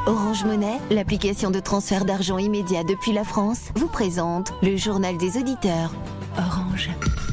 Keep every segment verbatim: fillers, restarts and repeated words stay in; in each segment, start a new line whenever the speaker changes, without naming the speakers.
Orange Monnaie, l'application de transfert d'argent immédiat depuis la France, vous présente le journal des auditeurs. Orange.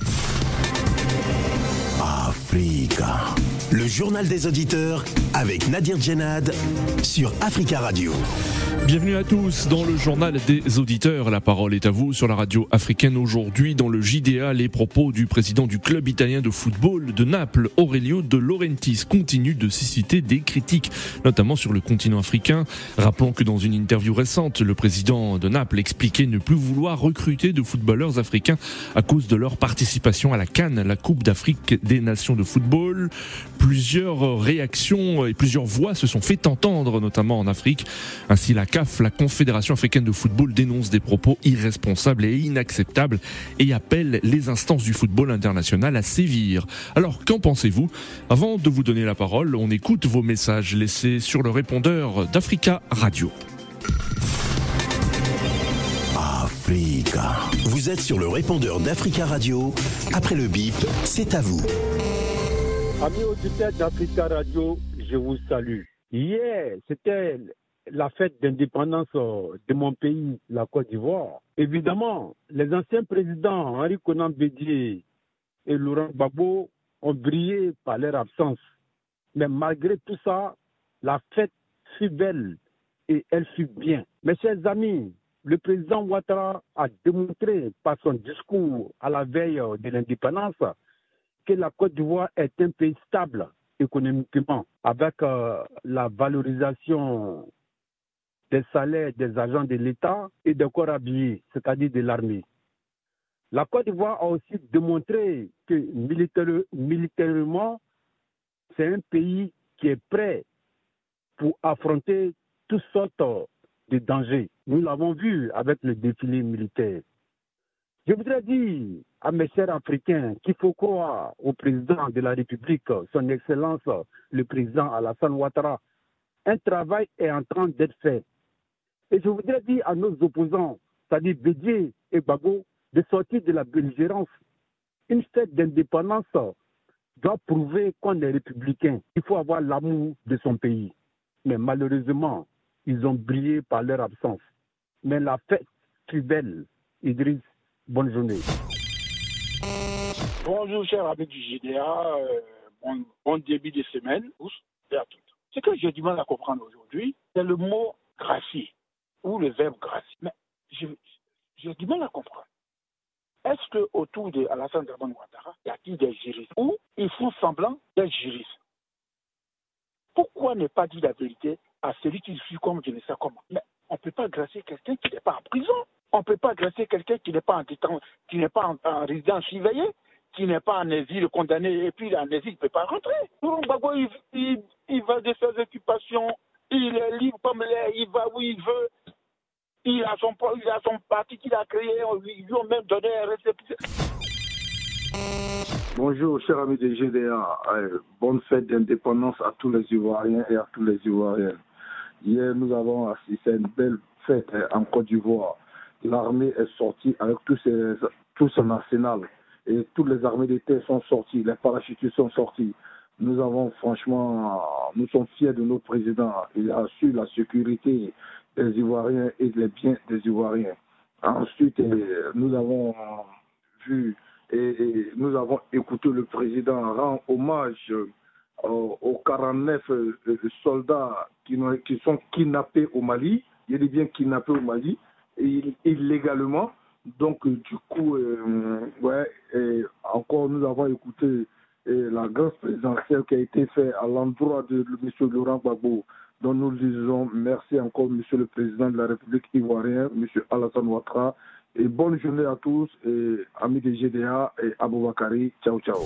Africa. Le journal des auditeurs avec Nadir Djenad sur Africa Radio.
Bienvenue à tous dans le journal des auditeurs. La parole est à vous sur la radio africaine. Aujourd'hui, dans le J D A, les propos du président du club italien de football de Naples, Aurelio De Laurentiis, continuent de susciter des critiques, notamment sur le continent africain. Rappelons que dans une interview récente, le président de Naples expliquait ne plus vouloir recruter de footballeurs africains à cause de leur participation à la CAN, la Coupe d'Afrique des Nations de football. Plusieurs réactions et plusieurs voix se sont fait entendre, notamment en Afrique. Ainsi, la C A F, la Confédération africaine de football, dénonce des propos irresponsables et inacceptables et appelle les instances du football international à sévir. Alors, qu'en pensez-vous ? Avant de vous donner la parole, on écoute vos messages laissés sur le répondeur d'Africa Radio.
Africa. Vous êtes sur le répondeur d'Africa Radio. Après le bip, c'est à vous.
Amis auditeurs d'Africa Radio, je vous salue. Hier, c'était la fête d'indépendance de mon pays, la Côte d'Ivoire. Évidemment, les anciens présidents Henri Konan Bédié et Laurent Gbagbo ont brillé par leur absence. Mais malgré tout ça, la fête fut belle et elle fut bien. Mes chers amis, le président Ouattara a démontré par son discours à la veille de l'indépendance que la Côte d'Ivoire est un pays stable économiquement, avec euh, la valorisation des salaires des agents de l'État et des corps habillés, c'est-à-dire de l'armée. La Côte d'Ivoire a aussi démontré que militaire, militairement, c'est un pays qui est prêt pour affronter toutes sortes de dangers. Nous l'avons vu avec le défilé militaire. Je voudrais dire à mes chers Africains qu'il faut croire au président de la République, son Excellence, le président Alassane Ouattara. Un travail est en train d'être fait. Et je voudrais dire à nos opposants, c'est-à-dire Bédié et Gbagbo, de sortir de la belligérance. Une fête d'indépendance doit prouver qu'on est républicain. Il faut avoir l'amour de son pays. Mais malheureusement, ils ont brillé par leur absence. Mais la fête fut belle. Idriss, bonne journée.
Bonjour, chers amis du J D A. Euh, bon, bon début de semaine. Ce que j'ai du mal à comprendre aujourd'hui, c'est le mot gracier ou le verbe gracier. Mais je, j'ai du mal à comprendre. Est-ce qu'autour de Alassane Dramane Ouattara, y a-t-il des juristes ou ils font semblant d'être juristes? Pourquoi ne pas dire la vérité à celui qui suit comme je ne sais comment? Mais on ne peut pas gracier quelqu'un qui n'est pas en prison. On ne peut pas gracier quelqu'un qui n'est pas en détention, qui n'est pas en, en résidence surveillée, qui n'est pas en exil condamné, et puis en exil, il ne peut pas rentrer. Laurent Gbagbo, il, il, il va de ses occupations, il est libre comme l'air, il va où il veut. Il a son, il a son parti qu'il a créé, ils lui ont même donné un récépissé.
Bonjour, chers amis des G D A. Euh, bonne fête d'indépendance à tous les Ivoiriens et à tous les Ivoiriens. Hier, nous avons assisté à une belle fête en Côte d'Ivoire. L'armée est sortie avec tout, ses, tout son arsenal et toutes les armées d'État sont sorties, les parachutistes sont sortis. Nous avons franchement, nous sommes fiers de notre président. Il a assuré la sécurité des Ivoiriens et les biens des Ivoiriens. Ensuite, nous avons vu et, et nous avons écouté le président rendre hommage aux, aux quarante-neuf soldats qui, qui sont kidnappés au Mali. Il y a des biens kidnappés au Mali. Illégalement. Donc, du coup, euh, ouais, et encore, nous avons écouté et la grâce présidentielle qui a été faite à l'endroit de M. Laurent Gbagbo, dont nous disons merci encore, M. le Président de la République ivoirienne, M. Alassane Ouattara. Et bonne journée à tous, et amis des G D A et Aboubakari. Ciao, ciao.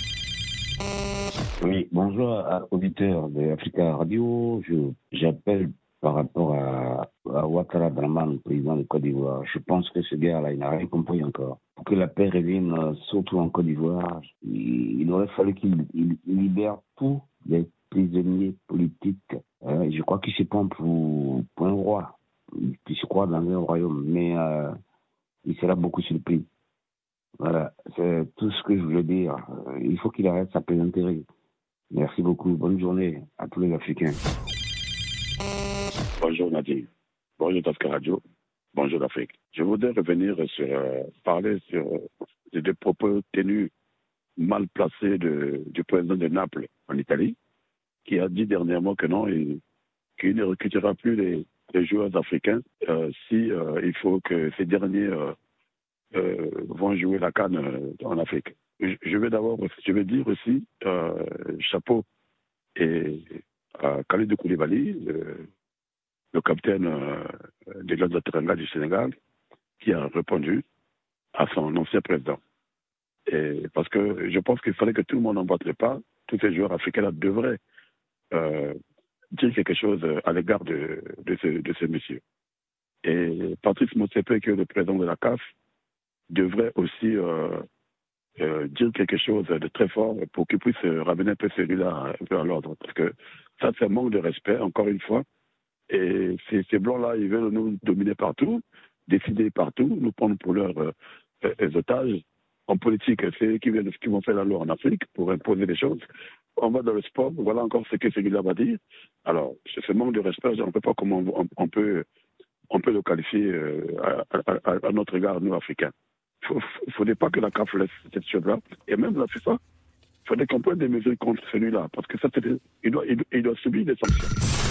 Oui, bonjour à auditeurs de Africa Radio. Je, j'appelle par rapport à, à Ouattara Dramane, président de Côte d'Ivoire. Je pense que ce gars-là, il n'a rien compris encore. Pour que la paix revienne, surtout en Côte d'Ivoire, il, il aurait fallu qu'il il, il libère tous les prisonniers politiques. Euh, je crois qu'il se prend pour, pour un roi. Il se croit dans un royaume, mais euh, il sera beaucoup surpris. Voilà, c'est tout ce que je voulais dire. Euh, il faut qu'il arrête sa plaisanterie. Merci beaucoup. Bonne journée à tous les Africains.
Bonjour Nadine. Bonjour Africa Radio. Bonjour l'Afrique. Je voudrais revenir sur, euh, parler sur euh, des propos tenus mal placés de, du président de Naples en Italie, qui a dit dernièrement que non, il, qu'il ne recrutera plus les, les joueurs africains euh, si euh, il faut que ces derniers euh, euh, vont jouer la CAN euh, en Afrique. Je, je vais d'abord, je vais dire aussi euh, chapeau et à Khalidou Koulibaly, le, le capitaine euh, des Lions de Teranga du Sénégal, qui a répondu à son ancien président. Et parce que je pense qu'il fallait que tout le monde n'en batte pas. Tous ces joueurs africains-là devraient euh, dire quelque chose à l'égard de, de, ce, de ce monsieur. Et Patrice Motsepe, qui est le président de la C A F, devrait aussi euh, euh, dire quelque chose de très fort pour qu'il puisse ramener un peu celui-là un peu à l'ordre. Parce que ça, c'est un manque de respect, encore une fois. Et ces, ces blancs-là, ils veulent nous dominer partout, décider partout, nous prendre pour leurs euh, otages. En politique, c'est eux qui, viennent, qui vont faire la loi en Afrique pour imposer des choses. On va dans le sport, voilà encore ce que celui-là va dire. Alors, ce manque de respect, je ne sais pas comment on, on, peut, on peut le qualifier euh, à, à, à notre égard, nous, Africains. Il ne faudrait pas que la C A F laisse cette chose-là. Et même la FIFA, il faudrait qu'on prenne des mesures contre celui-là, parce que ça, il doit, il, il doit subir des sanctions.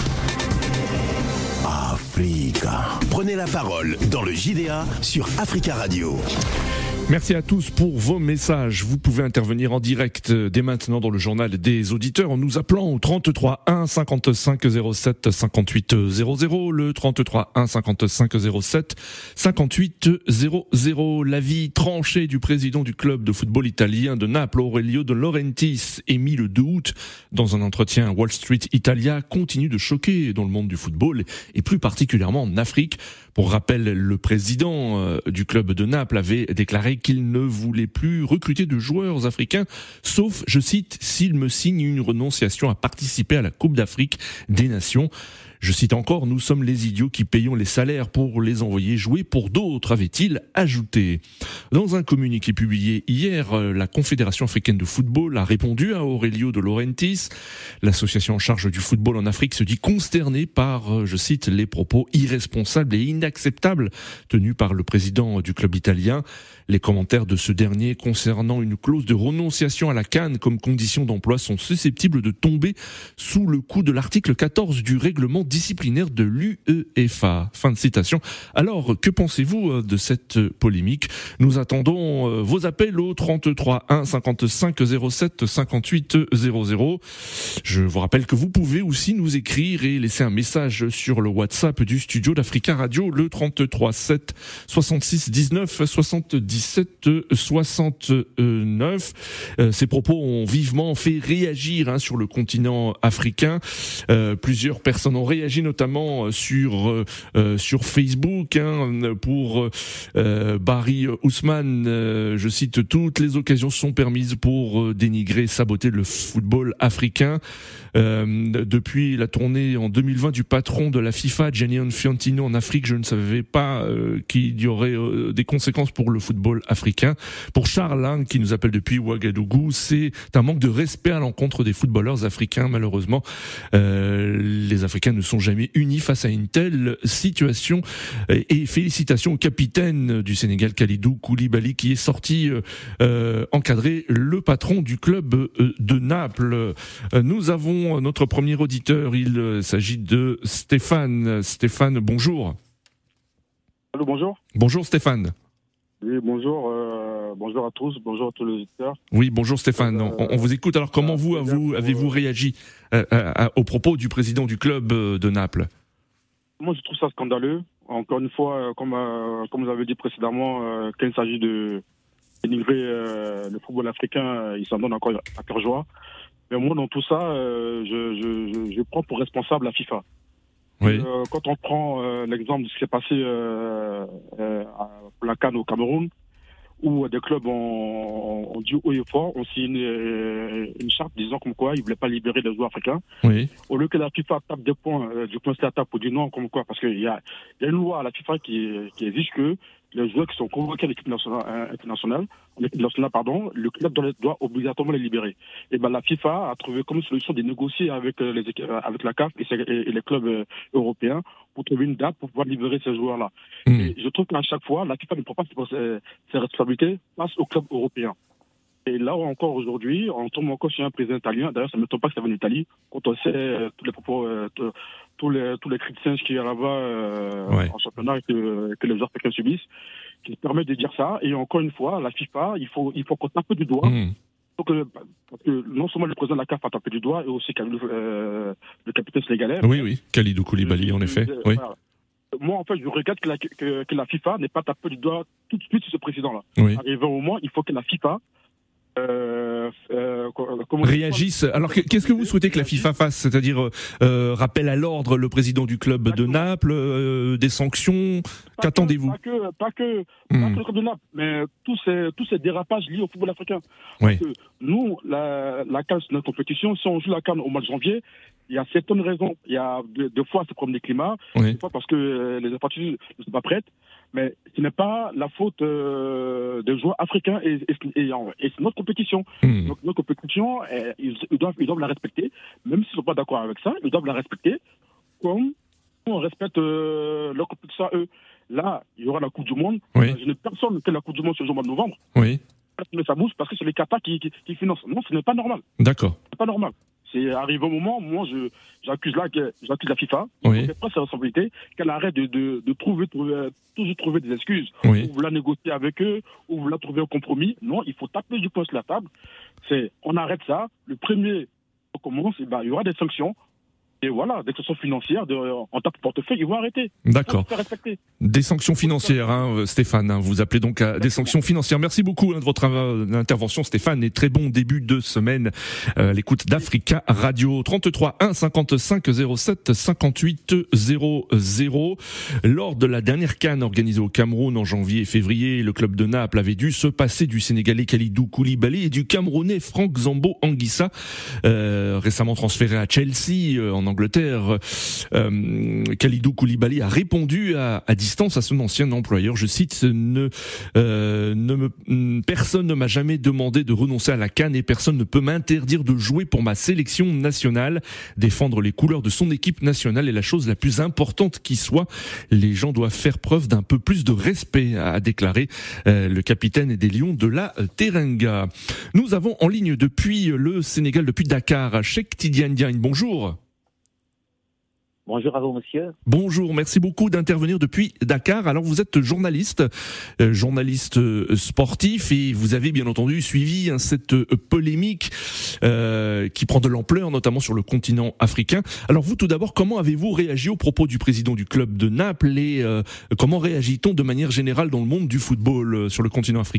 Africa. Prenez la parole dans le J D A sur Africa Radio.
Merci à tous pour vos messages. Vous pouvez intervenir en direct dès maintenant dans le journal des auditeurs en nous appelant au trente-trois un cinquante-cinq zéro sept cinquante-huit zéro zéro, le trente-trois un cinquante-cinq zéro sept cinquante-huit zéro zéro. L'avis tranché du président du club de football italien de Naples, Aurelio De Laurentiis, émis le deux août dans un entretien à Wall Street Italia, continue de choquer dans le monde du football et plus particulièrement en Afrique. Pour rappel, le président du club de Naples avait déclaré qu'il ne voulait plus recruter de joueurs africains, sauf, je cite, s'il me signe une renonciation à participer à la Coupe d'Afrique des Nations. Je cite encore, nous sommes les idiots qui payons les salaires pour les envoyer jouer pour d'autres, avait-il ajouté. Dans un communiqué publié hier, la Confédération africaine de football a répondu à Aurelio De Laurentiis. L'association en charge du football en Afrique se dit consternée par, je cite, les propos irresponsables et inacceptables tenus par le président du club italien. Les commentaires de ce dernier concernant une clause de renonciation à la CAN comme condition d'emploi sont susceptibles de tomber sous le coup de l'article quatorze du règlement disciplinaire de l'UEFA. Fin de citation. Alors, que pensez-vous de cette polémique ? Nous attendons vos appels au trente-trois un cinquante-cinq zéro sept cinquante-huit zéro zéro. Je vous rappelle que vous pouvez aussi nous écrire et laisser un message sur le WhatsApp du studio d'Africa Radio, le trente-trois sept soixante-six dix-neuf soixante-dix-sept soixante-neuf. Euh, ces propos ont vivement fait réagir hein, sur le continent africain. Euh, plusieurs personnes ont réagi, notamment sur euh, sur Facebook hein, pour euh, Barry Ousmane. Euh, je cite, toutes les occasions sont permises pour euh, dénigrer, saboter le football africain. Euh, depuis la tournée en deux mille vingt du patron de la FIFA, Gianni Infantino, en Afrique, je ne savais pas euh, qu'il y aurait euh, des conséquences pour le football africain. Pour Charles, hein, qui nous appelle depuis Ouagadougou, c'est un manque de respect à l'encontre des footballeurs africains. Malheureusement, euh, les Africains ne sont jamais unis face à une telle situation. Et félicitations au capitaine du Sénégal, Khalidou Koulibaly, qui est sorti euh, encadrer le patron du club euh, de Naples. Nous avons notre premier auditeur, il s'agit de Stéphane. Stéphane, bonjour.
Allô, bonjour.
Bonjour Stéphane.
Oui, bonjour, euh, bonjour à tous, bonjour à tous les auditeurs.
Oui, bonjour Stéphane, euh, on, on vous écoute. Alors comment euh, vous, avez-vous, avez-vous réagi euh, à, à, aux propos du président du club de Naples ?
Moi je trouve ça scandaleux. Encore une fois, comme, euh, comme vous avez dit précédemment, euh, quand il s'agit de dénigrer euh, le football africain, il s'en donne encore à cœur joie. Mais moi dans tout ça, euh, je, je, je, je prends pour responsable la FIFA. Oui. Euh, quand on prend euh, l'exemple de ce qui s'est passé euh, euh, à la CAN au Cameroun, où des clubs ont, ont dit haut et fort, ont signé une, une charte disant comme quoi ils ne voulaient pas libérer des joueurs africains. Oui. Au lieu que la FIFA tape des points, euh, du point de vue tape pour dire non, comme quoi, parce qu'il y a, y a une loi à la FIFA qui, qui exige que les joueurs qui sont convoqués à l'équipe nationale, euh, internationale, en équipe nationale, pardon, le club doit, doit obligatoirement les libérer. Et ben la FIFA a trouvé comme solution de négocier avec euh, les avec la C A F et, et, et les clubs euh, européens pour trouver une date pour pouvoir libérer ces joueurs-là. Mmh. Et je trouve qu'à chaque fois, la FIFA ne prend pas ses, ses responsabilités face aux clubs européens. Et là encore aujourd'hui, on tombe encore sur un président italien. D'ailleurs, ça ne m'étonne pas que ça vienne d'Italie. Quand on sait euh, tous les propos, euh, tous les tous les cris de singe qu'il y a là-bas euh, ouais. en championnat que, que les joueurs africains subissent, qui permet de dire ça. Et encore une fois, la FIFA, il faut il faut qu'on tape du doigt. Mmh. Donc, euh, parce que non seulement le président de la C A F a tapé du doigt, et aussi euh, le capitaine sénégalais.
Oui, oui, Kalidou Koulibaly, en effet. Euh, oui.
Voilà. Moi, en fait, je regrette que la, que, que la FIFA n'ait pas tapé du doigt tout de suite sur ce président-là.
Oui.
Arrivé au moment, il faut que la FIFA Euh, euh,
réagissent. Alors qu'est-ce que vous souhaitez que la FIFA fasse? C'est-à-dire euh, rappel à l'ordre le président du club de Naples, euh, des sanctions? Qu'attendez-vous?
Pas que, pas que,
mmh.
pas que le club de Naples, mais tous ces, tous ces dérapages liés au football africain.
Oui.
Parce que nous, la, la CAN, c'est notre compétition. Si on joue la CAN au mois de janvier, il y a certaines raisons. Il y a deux, deux fois c'est problème des climats,
oui.
deux fois parce que les infrastructures ne sont pas prêtes. Mais ce n'est pas la faute euh, des joueurs africains et, et, et, et c'est notre compétition. Mmh. Donc notre compétition, eh, ils, ils, doivent, ils doivent la respecter, même s'ils ne sont pas d'accord avec ça, ils doivent la respecter comme on respecte euh, leur compétition à eux. Là, il y aura la Coupe du Monde.
Oui.
Je n'ai personne que la Coupe du Monde ce jour au mois de novembre.
Oui.
Mais ça bouge parce que c'est les Qatar qui, qui, qui financent. Non, ce n'est pas normal.
D'accord.
C'est pas normal. C'est arrivé au moment, moi, je, j'accuse, la, j'accuse la FIFA,
oui.
qu'elle prenne sa responsabilité, qu'elle arrête de, de, de trouver, trouver, toujours trouver des excuses,
oui.
ou vouloir négocier avec eux, ou vouloir trouver un compromis. Non, il faut taper du poing sur la table. C'est, on arrête ça. Le premier, on commence, et ben, il y aura des sanctions. Et voilà, des sanctions financières, de, on tape le portefeuille, ils vont arrêter.
D'accord. Des sanctions financières, hein, Stéphane. Hein, vous appelez donc à des sanctions financières. Merci beaucoup hein, de votre euh, intervention, Stéphane, et très bon début de semaine. Euh, l'écoute d'Africa Radio. trente-trois un cinquante-cinq zéro sept cinquante-huit zéro zéro. Lors de la dernière CAN organisée au Cameroun en janvier et février, le club de Naples avait dû se passer du Sénégalais Kalidou Koulibaly et du Camerounais Franck Zambo Anguissa, euh, récemment transféré à Chelsea euh, en Angleterre. Euh, Kalidou Koulibaly a répondu à, à distance à son ancien employeur, je cite, ne, euh, ne me, personne ne m'a jamais demandé de renoncer à la CAN et personne ne peut m'interdire de jouer pour ma sélection nationale. Défendre les couleurs de son équipe nationale est la chose la plus importante qui soit. Les gens doivent faire preuve d'un peu plus de respect, a déclaré euh, le capitaine des Lions de la Teranga. Nous avons en ligne depuis le Sénégal, depuis Dakar, Cheikh Tidiane Diagne. Bonjour.
Bonjour à vous, monsieur.
Bonjour, merci beaucoup d'intervenir depuis Dakar. Alors, vous êtes journaliste, euh, journaliste euh, sportif, et vous avez bien entendu suivi hein, cette euh, polémique euh, qui prend de l'ampleur, notamment sur le continent africain. Alors, vous, tout d'abord, comment avez-vous réagi aux propos du président du club de Naples et euh, comment réagit-on de manière générale dans le monde du football euh, sur le continent africain ?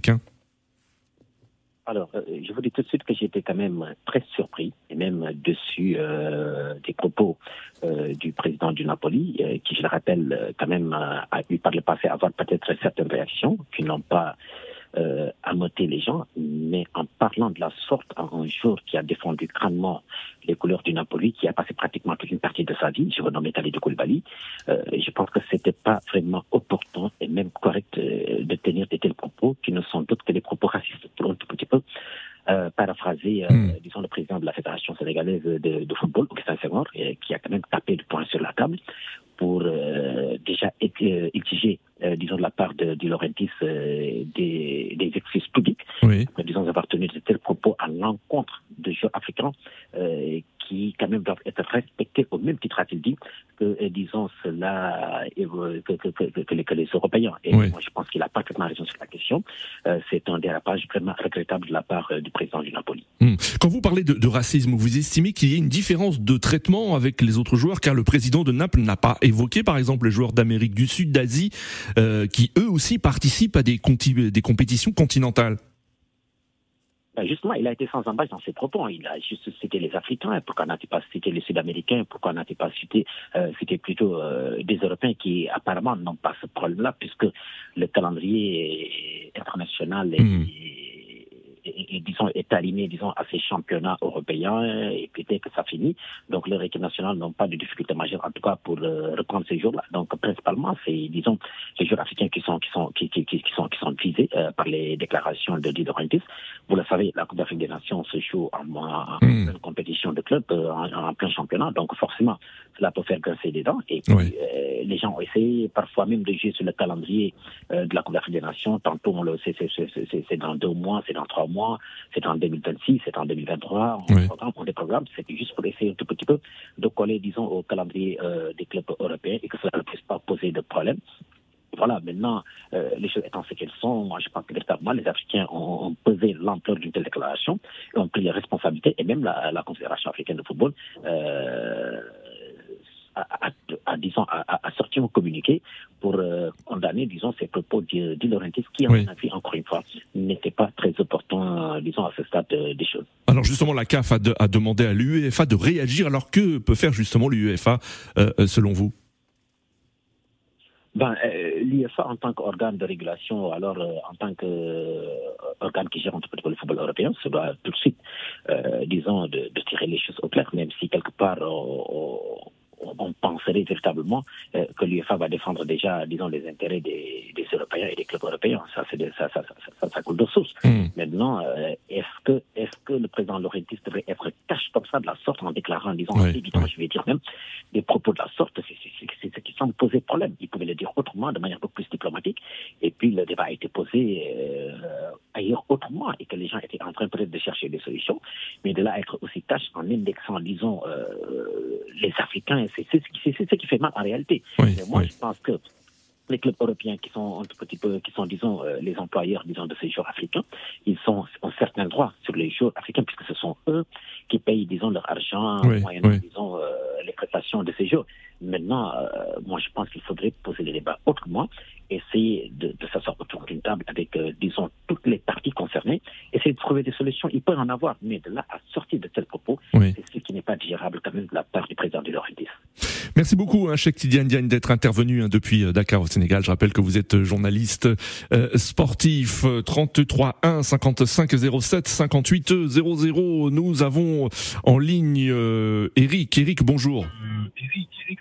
Alors, euh, je vous dis tout de suite que j'étais quand même très surpris, et même déçu euh, des propos euh, du président du Napoli, euh, qui, je le rappelle, euh, quand même euh, a eu par le passé avoir peut-être certaines réactions qui n'ont pas euh, ameuté les gens, mais en parlant de la sorte à un joueur qui a défendu crânement les couleurs du Napoli, qui a passé pratiquement toute une partie de sa vie, je vous nomme Kalidou Koulibaly, euh, je pense que c'était pas vraiment opportun et même correct euh, de tenir de tels propos qui ne sont d'autres que des propos racistes pour un tout petit peu. Euh, paraphraser, euh, mmh. disons, le président de la Fédération sénégalaise de, de football, Augustin Senghor, et, qui a quand même tapé le poing sur la table pour euh, déjà euh, exiger, euh, disons, de la part de, de Laurentis euh, des, des excuses publiques,
oui.
après, disons, avoir tenu de tels propos à l'encontre de joueurs africains euh, qui, quand même, doivent être respectés au même titre, a-t-il dit, que, euh, disons, cela, euh, que, que, que, que, les, que les Européens. Et
oui.
moi, je pense qu'il a parfaitement raison sur la question. Euh, c'est un dérapage vraiment regrettable de la part euh, du président du Napoli.
Mmh. Quand vous parlez de, de racisme, vous estimez qu'il y a une différence de traitement avec les autres joueurs, car le président de Naples n'a pas évoqué, par exemple, les joueurs d'Amérique du Sud, d'Asie, euh, qui eux aussi participent à des, conti- des compétitions continentales.
Ben justement, il a été sans embâche dans ses propos. Il a juste cité les Africains. Pourquoi n'a-t-il pas cité les Sud-Américains? Pourquoi n'a-t-il pas cité, euh, cité plutôt euh, des Européens qui apparemment n'ont pas ce problème-là, puisque le calendrier international est, mmh. et, et, disons, est aligné, disons, à ces championnats européens et peut-être que ça finit. Donc, les équipes nationales n'ont pas de difficultés majeures, en tout cas, pour euh, reprendre ces jours-là. Donc, principalement, c'est, disons, les joueurs africains qui sont, qui sont, qui, qui, qui, qui sont, qui sont visés euh, par les déclarations de Di Laurentiis. Vous le savez, la Coupe d'Afrique des Nations se joue en, en, en mmh. pleine compétition de club, euh, en, en plein championnat. Donc, forcément, cela peut faire grincer des dents. Et puis, oui. euh, les gens ont essayé parfois même de jouer sur le calendrier euh, de la Coupe d'Afrique des Nations. Tantôt, on le sait, c'est, c'est, c'est, c'est dans deux mois, c'est dans trois mois, c'est en deux mille vingt-six, c'est en deux mille vingt-trois. On, oui. programme, on des programmes, c'était juste pour essayer un tout petit peu de coller, disons, au calendrier euh, des clubs européens et que cela ne puisse pas poser de problème. Voilà, maintenant, euh, les choses étant ce qu'elles sont, moi je pense que véritablement les Africains ont, ont pesé l'ampleur d'une telle déclaration, ont pris les responsabilités, et même la, la Confédération africaine de football euh, a, a, a, disons, a, a sorti un communiqué pour euh, condamner, disons, ces propos de Di Laurentiis qui, à oui. mon avis, encore une fois, n'étaient pas très opportuns, disons, à ce stade euh, des choses.
Alors justement, la C A F a, de, a demandé à l'UEFA de réagir, alors que peut faire justement l'UEFA, euh, selon vous ?
Ben, euh, l'UEFA en tant qu'organe de régulation, alors euh, en tant qu'organe euh, qui gère un petit peu le football européen, se doit tout de suite, euh, disons, de, de tirer les choses au clair, même si quelque part on, on penserait véritablement euh, que l'UEFA va défendre déjà, disons, les intérêts des, des Européens et des clubs européens. Ça, c'est de, ça, ça, ça, ça, ça coule de source. Mm. Maintenant, euh, est-ce que, est-ce que le président Laurentiis devrait être cash comme ça de la sorte en déclarant, disons, oui, évidemment, oui. je vais dire même, des propos de la sorte, c'est, c'est, c'est, c'est ce qui semble poser problème. Il pouvait le dire autrement, de manière beaucoup plus diplomatique, et puis le débat a été posé euh, ailleurs autrement, et que les gens étaient en train peut-être de chercher des solutions, mais de là être aussi cash en indexant, disons, euh, les Africains, c'est, c'est, c'est, c'est ce qui fait mal en réalité.
Oui,
mais moi,
oui.
je pense que les clubs européens qui sont un tout petit peu, qui sont, disons, euh, les employeurs, disons, de ces joueurs africains, ils sont, ont certains droits sur les joueurs africains, puisque ce sont eux qui payent, disons, leur argent,
oui,
moyennant,
oui.
disons, euh, les prestations de ces joueurs. Maintenant, euh, moi, je pense qu'il faudrait poser les débats autrement, essayer de, de s'asseoir autour d'une table avec, euh, disons, toutes les parties concernées, essayer de trouver des solutions. Il peut en avoir, mais de là à sortir de tels propos, oui. c'est ce qui n'est pas digérable quand même de la part du président Di Laurentiis.
Merci beaucoup, hein, Cheikh Tidiane Diagne, d'être intervenu hein, depuis Dakar au Sénégal. Je rappelle que vous êtes journaliste euh, sportif. trente-trois un cinquante-cinq zéro sept cinquante-huit zéro zéro. Nous avons en ligne euh, Eric. Eric, bonjour.
Euh, Eric, Eric.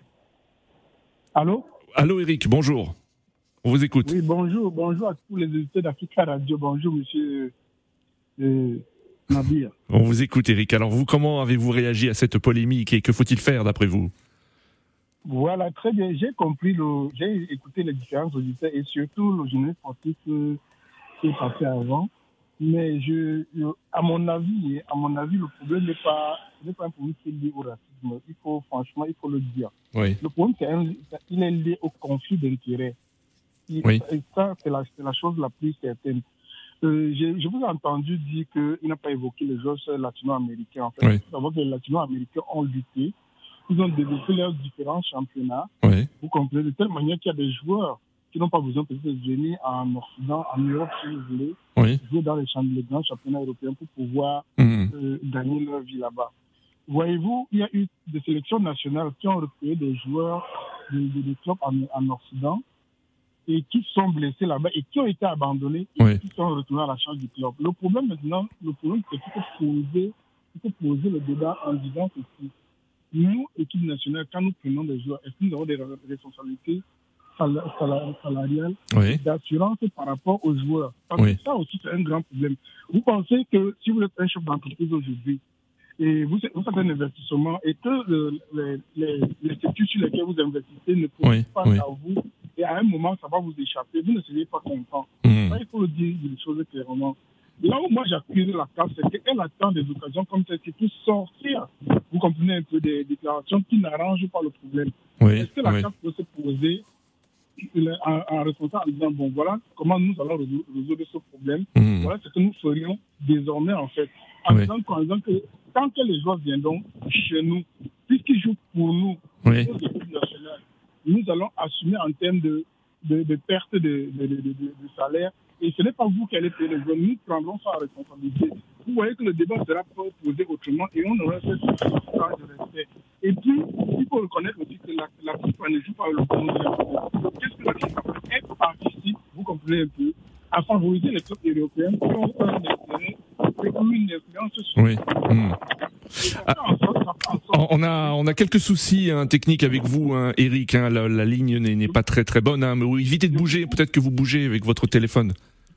Allô
Allô Eric, bonjour. On vous écoute.
Oui, bonjour. Bonjour à tous les auditeurs d'Africa Radio. Bonjour, monsieur euh, Nabir.
On vous écoute, Eric. Alors, vous, comment avez-vous réagi à cette polémique et que faut-il faire, d'après vous ?
Voilà, très bien. J'ai compris, le, j'ai écouté les différents auditeurs et surtout le journaliste sportif euh, qui est passé avant. Mais je, je, à mon avis, à mon avis, le problème n'est pas, ce n'est pas un problème qui est lié au racisme. Il faut, franchement, il faut le dire.
Oui.
Le problème, c'est un, il est lié au conflit d'intérêts. Et
oui.
ça, c'est la, c'est la chose la plus certaine. Euh, je, je vous ai entendu dire qu'il n'a pas évoqué les joueurs latino-américains. En fait,
oui.
il faut savoir que les latino-américains ont lutté. Ils ont développé leurs différents championnats.
Oui.
Vous comprenez, de telle manière qu'il y a des joueurs qui n'ont pas besoin de venir en Occident, en Europe, si vous voulez,
oui.
jouer dans les, les grands championnats européens pour pouvoir mmh. euh, gagner leur vie là-bas. Voyez-vous, il y a eu des sélections nationales qui ont recruté des joueurs de, de, de clubs en, en Occident et qui sont blessés là-bas et qui ont été abandonnés et
oui.
qui sont retournés à la charge du club. Le problème maintenant, le problème c'est qu'il faut poser, il faut poser le débat en disant que si nous, équipe nationale, quand nous prenons des joueurs, est-ce que nous avons des responsabilités salariales,
oui.
d'assurance par rapport aux joueurs? Parce
oui.
que ça aussi, c'est un grand problème. Vous pensez que si vous êtes un chef d'entreprise aujourd'hui, et vous, vous faites un investissement et que le, les, les, les secteurs sur lesquels vous investissez ne profitent
oui.
pas
oui.
à vous, et à un moment, ça va vous échapper, vous ne serez pas content.
Mmh.
Ça, il faut le dire les choses clairement. Là où moi j'accuse la C A F, c'est qu'elle attend des occasions comme celle-ci pour sortir, vous comprenez un peu, des déclarations qui n'arrangent pas le problème.
Oui.
Est-ce que la
oui.
C A F peut se poser en, en responsable en disant, bon, voilà comment nous allons résoudre ce problème, mmh. voilà ce que nous ferions désormais en fait. En, oui. disant, en disant que tant que les joueurs viendront chez nous, puisqu'ils jouent pour nous,
oui.
pour l'équipe nationale, nous allons assumer en termes de, de, de perte de, de, de, de, de salaire. Et ce n'est pas vous qui allez payer les joueurs, nous prendrons ça en responsabilité. Vous voyez que le débat sera posé autrement et on aura cette histoire de respect. Et puis, il faut reconnaître aussi que la, la FIFA ne joue pas le bon. Qu'est-ce que la FIFA fait? Elle participe, vous comprenez un peu, à favoriser les clubs européens qui ont un intérêt une influence sur
oui. Mmh. Ah, on a on a quelques soucis hein, techniques avec vous, hein, Eric. Hein, la, la ligne n'est, n'est pas très très bonne. Hein, mais oui, évitez de bouger. Peut-être que vous bougez avec votre téléphone.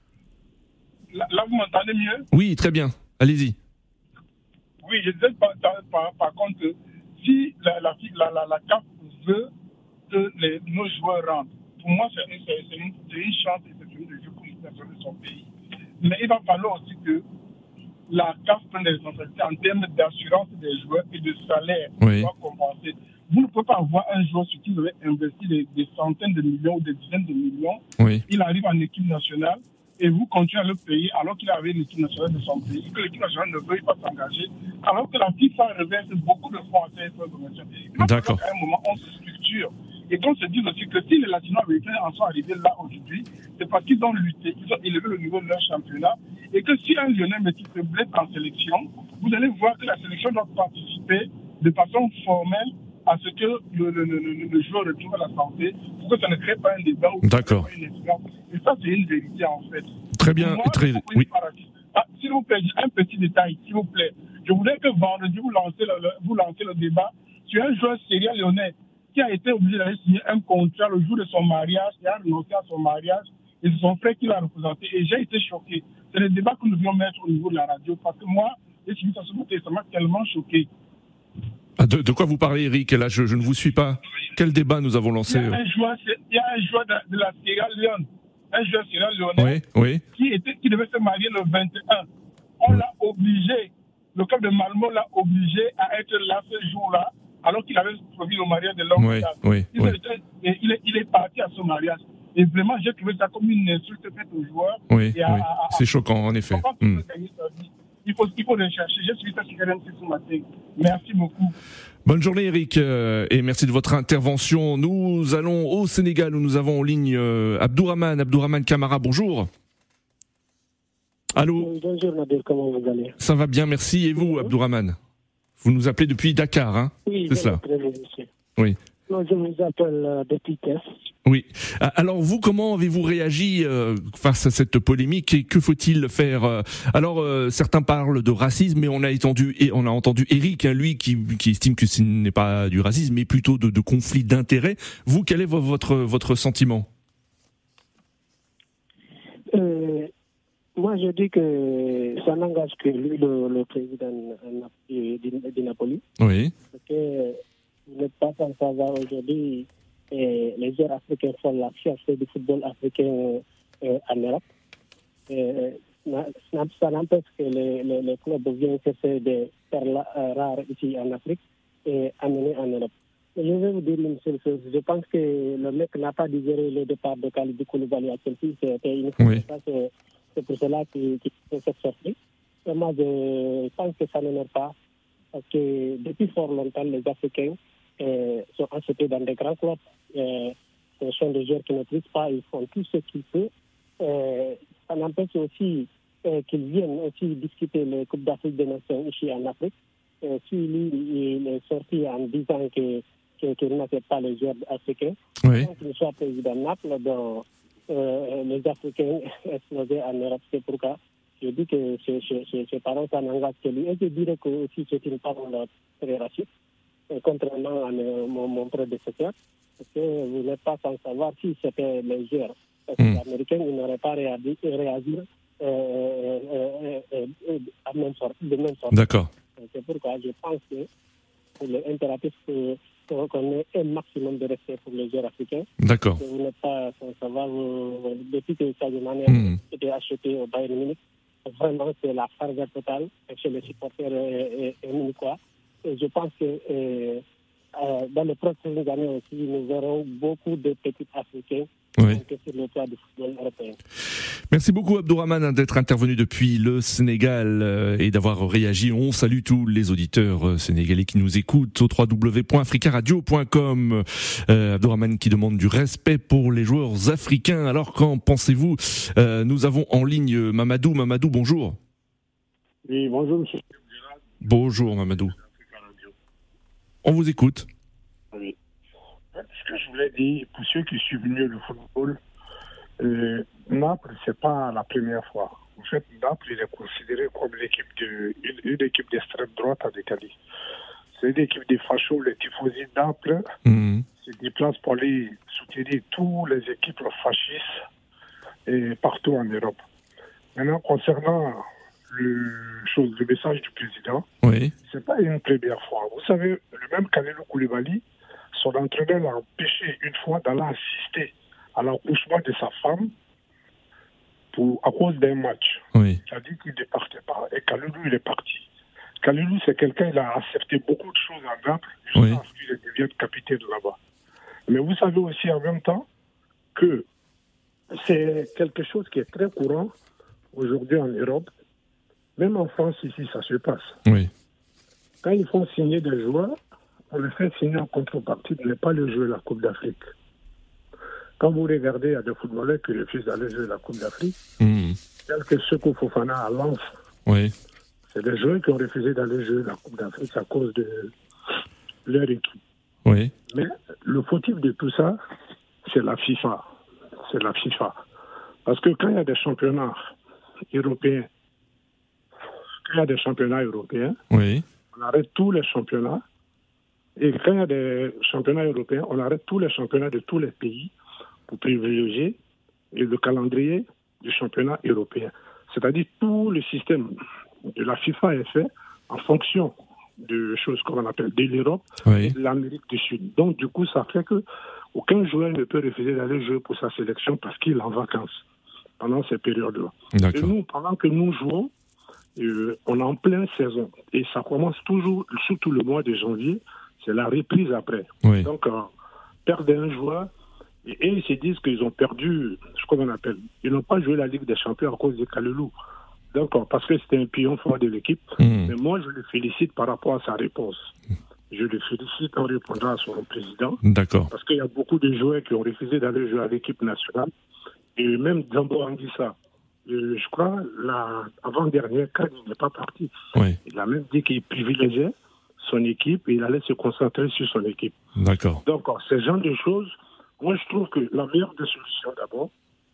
Là, là vous m'entendez mieux?
Oui, très bien. Allez-y.
Oui, je disais par, par, par contre, si la, la, la, la, la C A F veut que les, nos joueurs rentrent, pour moi, c'est, c'est, c'est, une, c'est une chance et c'est une de jeu pour de son pays. Mais il va falloir aussi que la C A F prenne des responsabilités en termes d'assurance des joueurs et de salaire
oui.
pour compenser. Vous ne pouvez pas avoir un joueur sur qui vous avez investi des, des centaines de millions ou des dizaines de millions.
Oui.
Il arrive en équipe nationale et vous continuez à le payer alors qu'il avait l'équipe nationale de son pays, que l'équipe nationale ne veuille pas s'engager, alors que la FIFA reverse beaucoup de fonds à ces informations.
D'accord.
À un moment, on se structure. Et qu'on se dise aussi que si les latino-américains en sont arrivés là aujourd'hui, c'est parce qu'ils ont lutté, ils ont élevé le niveau de leur championnat, et que si un Lionel Messi se blesse en sélection, vous allez voir que la sélection doit participer de façon formelle à ce que le, le, le, le joueur retrouve la santé, pour que ça ne crée pas un débat ou
D'accord.
une influence. Et ça, c'est une vérité en fait.
Très bien.
Moi,
très... Oui.
Ah, s'il vous plaît, un petit détail, s'il vous plaît. Je voudrais que vendredi, vous lancez le, le, vous lancez le débat sur un joueur Sierra Leonais qui a été obligé d'aller signer un contrat le jour de son mariage, qui a renoncé à son mariage, et c'est son frère qui l'a représenté. Et j'ai été choqué. C'est le débat que nous devions mettre au niveau de la radio, parce que moi, j'ai suivi ça sur mon téléphone, ça m'a tellement choqué.
De, de quoi vous parlez, Eric? Là, je, je ne vous suis pas. Quel débat nous avons lancé?
Il y a un joueur, il y a un joueur de, de la Sierra Leone, un joueur Sierra Leonais,
oui, oui.
Qui, était, qui devait se marier le vingt et un. On oui. l'a obligé, le club de Malmo l'a obligé à être là ce jour-là, alors qu'il avait prévu le mariage de l'homme.
Oui, oui,
il,
oui.
Était, il, est, il est parti à ce mariage. Et vraiment, j'ai trouvé ça comme une insulte faite aux joueurs.
Oui,
et à,
oui.
À, à,
c'est choquant, en effet. Mm.
Il faut, il faut le chercher. J'ai suivi ça sur R M C ce matin. Merci beaucoup.
Bonne journée, Eric, euh, et merci de votre intervention. Nous allons au Sénégal où nous avons en ligne euh, Abdourahmane, Abdourahmane Camara. Bonjour. Allô.
Bonjour, Nadir. Comment vous allez?
Ça va bien, merci. Et vous, Abdourahmane? Vous nous appelez depuis Dakar, hein?
Oui,
c'est cela. Oui.
Non, je vous appelle euh, depuis Thiès.
Oui. Alors vous, comment avez-vous réagi euh, face à cette polémique et que faut-il faire? euh, Alors euh, certains parlent de racisme, mais on a entendu et on a entendu Eric, hein, lui qui, qui estime que ce n'est pas du racisme, mais plutôt de, de conflit d'intérêts. Vous, quel est votre votre sentiment?
euh, Moi, je dis que ça n'engage que lui, le, le président du Napoli.
Oui.
Parce que vous n'êtes pas sans savoir aujourd'hui. Et les joueurs africains font la fierté du football africain euh, en Europe. Et, ça n'empêche que les, les, les clubs viennent chercher des perles rares ici en Afrique et amener en Europe. Je vais vous dire une seule chose. Je pense que le mec n'a pas digéré le départ de Kalidou Koulibaly à Chelsea. C'était une
oui.
fois, c'est, c'est pour cela qu'il, qu'il fait cette sortie. Et moi, je pense que ça n'énerve pas. Parce que depuis fort longtemps, les Africains euh, sont achetés dans des grands clubs. Euh, ce sont des joueurs qui ne trichent pas, ils font tout ce qu'ils peuvent. Euh, ça n'empêche aussi euh, qu'ils viennent aussi discuter les Coupes d'Afrique des Nations ici en Afrique. Euh, si lui, il est sorti en disant que, que, qu'il n'accepte pas les joueurs africains,
oui.
donc qu'il soit président de Naples, dont euh, les Africains explosés en Europe. C'est pourquoi je dis que ces parents, ça n'engage que lui. Et je dirais que aussi c'est une parole très raciste, contrairement à mon, mon prédécesseur. Parce que vous n'êtes pas sans savoir si c'était les joueurs mmh. américains, ils n'auraient pas réagi, réagi euh, euh, euh, euh, à même sorte, de même sorte.
D'accord.
C'est pourquoi je pense que il est impératif qu'on ait un maximum de respect pour les joueurs africains.
D'accord.
Vous n'êtes pas sans savoir, vous, depuis que Sadio Mané
mmh.
a été acheté au Bayern Munich, vraiment c'est la ferveur totale chez les supporters munichois. Et je pense que euh, Euh, dans les prochaines années aussi, nous verrons beaucoup de petits Africains
oui.
sur le toit du football européen.
Merci beaucoup Abdourahmane d'être intervenu depuis le Sénégal euh, et d'avoir réagi. On salue tous les auditeurs euh, sénégalais qui nous écoutent au w w w point africa radio point com. Euh, Abdourahmane qui demande du respect pour les joueurs africains. Alors qu'en pensez-vous? euh, Nous avons en ligne Mamadou. Mamadou, bonjour.
Oui, bonjour monsieur.
Bonjour Mamadou. On vous écoute.
Oui. Ce que je voulais dire, pour ceux qui suivent mieux le football, euh, Naples, ce n'est pas la première fois. En fait, Naples, il est considéré comme l'équipe de, une, une équipe d'extrême droite en Italie. C'est une équipe des fachos, les tifosi de Naples,
mmh.
se déplacent pour aller soutenir toutes les équipes fascistes et partout en Europe. Maintenant, concernant le, chose, le message du président,
oui.
c'est pas une première fois. Vous savez, le même Kalilou Koulibaly, son entraîneur l'a empêché une fois d'aller assister à l'accouchement de sa femme pour, à cause d'un match.
Oui.
Il a dit qu'il ne partait pas. Et Kalilou, il est parti. Kalilou, c'est quelqu'un, il a accepté beaucoup de choses à Naples jusqu'à
oui.
ce qu'il devienne capitaine là-bas. Mais vous savez aussi en même temps que c'est quelque chose qui est très courant aujourd'hui en Europe. Même en France, ici, ça se passe.
Oui.
Quand ils font signer des joueurs, on les fait signer en contrepartie de ne pas le jouer la Coupe d'Afrique. Quand vous regardez, il y a des footballeurs qui refusent d'aller jouer la Coupe d'Afrique,
mmh.
tels que Seko Fofana à Lens.
Oui.
C'est des joueurs qui ont refusé d'aller jouer la Coupe d'Afrique à cause de leur équipe.
Oui.
Mais le fautif de tout ça, c'est la FIFA. C'est la FIFA. Parce que quand il y a des championnats européens, quand il y a des championnats européens,
oui.
on arrête tous les championnats. Et quand il y a des championnats européens, on arrête tous les championnats de tous les pays pour privilégier le calendrier du championnat européen. C'est-à-dire tout le système de la FIFA est fait en fonction de choses qu'on appelle de l'Europe
oui.
et de l'Amérique du Sud. Donc du coup, ça fait que aucun joueur ne peut refuser d'aller jouer pour sa sélection parce qu'il est en vacances pendant ces périodes-là.
D'accord.
Et nous, pendant que nous jouons, euh, on est en pleine saison. Et ça commence toujours, surtout le mois de janvier, c'est la reprise après.
Oui.
Donc, euh, perdre un joueur, et, et ils se disent qu'ils ont perdu, ce qu'on appelle, ils n'ont pas joué la Ligue des Champions à cause de Kalilou. Donc, euh, parce que c'était un pion fort de l'équipe.
Mmh.
Mais moi, je le félicite par rapport à sa réponse. Je le félicite en répondant à son président.
D'accord.
Parce qu'il y a beaucoup de joueurs qui ont refusé d'aller jouer à l'équipe nationale. Et même Zambo Anguissa, euh, je crois, la avant-dernière, quand il n'est pas parti,
oui.
il a même dit qu'il privilégiait son équipe et il allait se concentrer sur son équipe.
D'accord.
Donc, ce genre de choses, moi, je trouve que la meilleure des solutions, d'abord,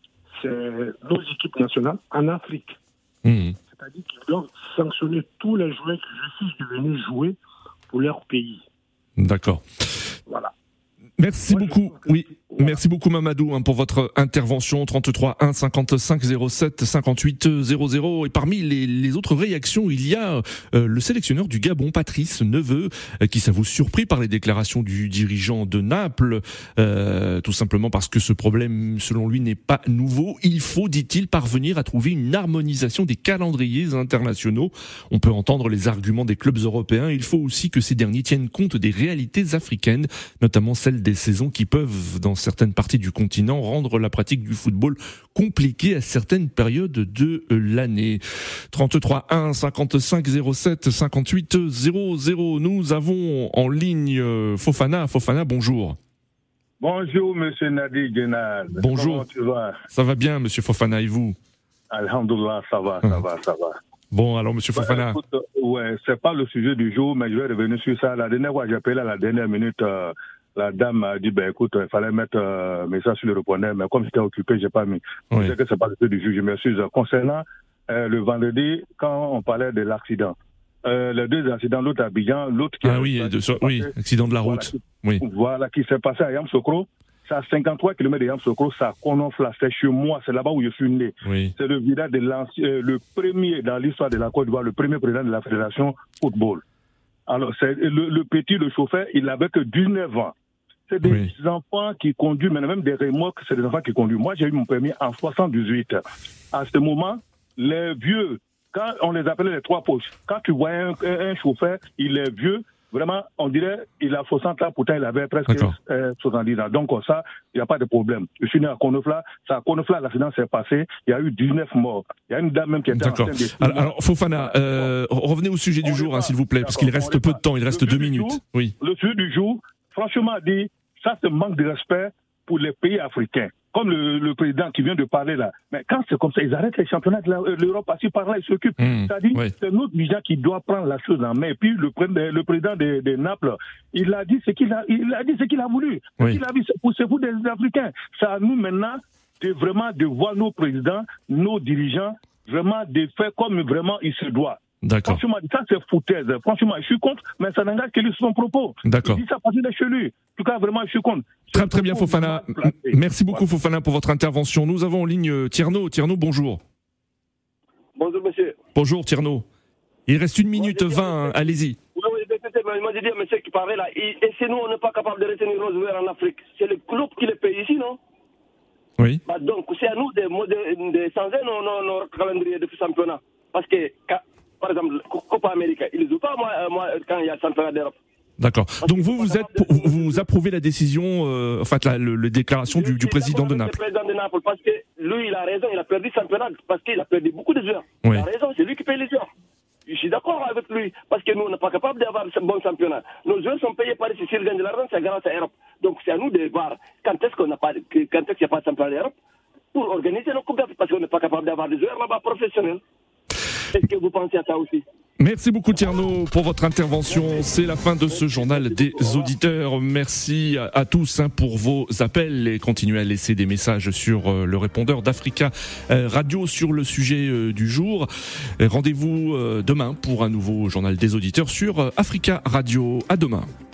c'est nos équipes nationales en Afrique.
Mmh.
C'est-à-dire qu'ils doivent sanctionner tous les joueurs qui refusent de venir jouer pour leur pays.
D'accord.
Voilà.
Merci
Moi,
beaucoup.
Que...
Oui, voilà. Merci beaucoup Mamadou hein, pour votre intervention. trente-trois un cinquante-cinq zéro sept cinquante-huit zéro zéro. Et parmi les, les autres réactions, il y a euh, le sélectionneur du Gabon, Patrice Neveu, euh, qui s'avoue surpris par les déclarations du dirigeant de Naples, euh, tout simplement parce que ce problème, selon lui, n'est pas nouveau. Il faut, dit-il, parvenir à trouver une harmonisation des calendriers internationaux. On peut entendre les arguments des clubs européens. Il faut aussi que ces derniers tiennent compte des réalités africaines, notamment celles des saisons qui peuvent, dans certaines parties du continent, rendre la pratique du football compliquée à certaines périodes de l'année. trente-trois un cinquante-cinq zéro sept cinquante-huit zéro zéro. Nous avons en ligne Fofana. Fofana, bonjour.
Bonjour, monsieur Nadi Genad.
Bonjour.
Comment tu vas?
Ça va bien, monsieur Fofana, et vous?
Alhamdoulilah, ça va, ça va, ça va.
Bon, alors, monsieur Fofana.
Bah, écoute, ouais, c'est pas le sujet du jour, mais je vais revenir sur ça. La dernière fois, j'ai appelé à la dernière minute, euh, la dame m'a dit, ben, écoute, il fallait mettre un euh, message sur le répondeur, mais comme j'étais occupé, j'ai pas mis.
Oui.
Je sais que c'est pas le sujet du jour, je m'excuse. Concernant euh, le vendredi, quand on parlait de l'accident, euh, les deux accidents, l'autre à Abidjan, l'autre qui
Ah
a,
oui, de, so, oui, accident de la route.
Voilà,
oui.
Voilà, qui s'est passé à Yamoussoukro. C'est à cinquante-trois kilomètres de Yamoussoukro, c'est à Kononfla, c'est chez moi, c'est là-bas où je suis né.
Oui.
C'est le village de l'ancien, euh, le premier dans l'histoire de la Côte d'Ivoire, le premier président de la Fédération football. Alors, c'est le, le petit, le chauffeur, il n'avait que dix-neuf ans. C'est des oui. enfants qui conduisent, mais même des remorques, c'est des enfants qui conduisent. Moi, j'ai eu mon permis en soixante-dix-huit. À ce moment, les vieux, quand on les appelait les trois poches, quand tu vois un, un chauffeur, il est vieux, vraiment, on dirait il a soixante ans, pourtant il avait presque euh, soixante-dix ans. Donc ça, il n'y a pas de problème. Je suis né à Konofla, c'est à Konofla, l'accident s'est passé, il y a eu dix-neuf morts. Il y a une dame même qui était enceinte de...
Alors, alors Fofana, euh, revenez au sujet du on jour, hein, s'il vous plaît, parce qu'il reste peu de temps, il reste deux minutes.
Jour,
oui.
Le sujet du jour, franchement dit, ça c'est manque de respect pour les pays africains. Comme le, le président qui vient de parler là. Mais quand c'est comme ça, ils arrêtent les championnats de l'Europe, par-ci par-là, ils s'occupent. Mmh, C'est-à-dire, oui. c'est notre dirigeant qui doit prendre la chose en main. Et puis, le, le président de, de Naples, il a dit ce qu'il a, il a dit ce qu'il a voulu. Oui. Il a dit, c'est vous des Africains. C'est à nous maintenant de vraiment de voir nos présidents, nos dirigeants, vraiment des faits comme vraiment il se doit.
D'accord.
Franchement, ça c'est foutaise. Franchement, je suis contre, mais ça n'engage que lui son propos.
D'accord.
Il dit ça parce qu'il est chez lui. En tout cas, vraiment, je suis contre.
Très très bien, Fofana. Merci beaucoup, voilà. Fofana, pour votre intervention. Nous avons en ligne Tierno. Tierno, bonjour.
Bonjour, monsieur.
Bonjour, Tierno. Il reste une minute vingt, hein. Allez-y.
Oui, oui, moi j'ai dit à monsieur qui parlait là, et, et c'est nous, on n'est pas capable de retenir nos joueurs en Afrique. C'est le club qui les paye ici, non?
Oui.
Bah, donc, c'est à nous de, de, de changer nos, nos, nos calendriers de championnat. Parce que, par exemple, Copa América, ils ne jouent pas moi, moi, quand il y a le championnat d'Europe.
D'accord. Donc vous, vous êtes, pour, vous, vous approuvez la décision, euh, enfin la, le, le déclaration du, du président de Naples.
Le président de Naples, parce que lui, il a raison, il a perdu le championnat parce qu'il a perdu beaucoup de joueurs.
Oui.
Il a raison, c'est lui qui paye les joueurs. Je suis d'accord avec lui, parce que nous, on n'est pas capable d'avoir ce bon championnat. Nos joueurs sont payés par ici. S'ils gagnent de l'argent, c'est grâce à l'Europe. Donc c'est à nous de voir quand est-ce qu'on n'a pas, quand est-ce qu'il n'y a pas de championnat d'Europe pour organiser nos coupes d'Afrique, parce qu'on n'est pas capable d'avoir des joueurs là-bas professionnels. Est-ce que vous pensez à ça aussi?
Merci beaucoup Tierno pour votre intervention. C'est la fin de ce journal des auditeurs. Merci à, à tous hein, pour vos appels et continuez à laisser des messages sur euh, le répondeur d'Africa euh, Radio sur le sujet euh, du jour. Et rendez-vous euh, demain pour un nouveau journal des auditeurs sur euh, Africa Radio. À demain.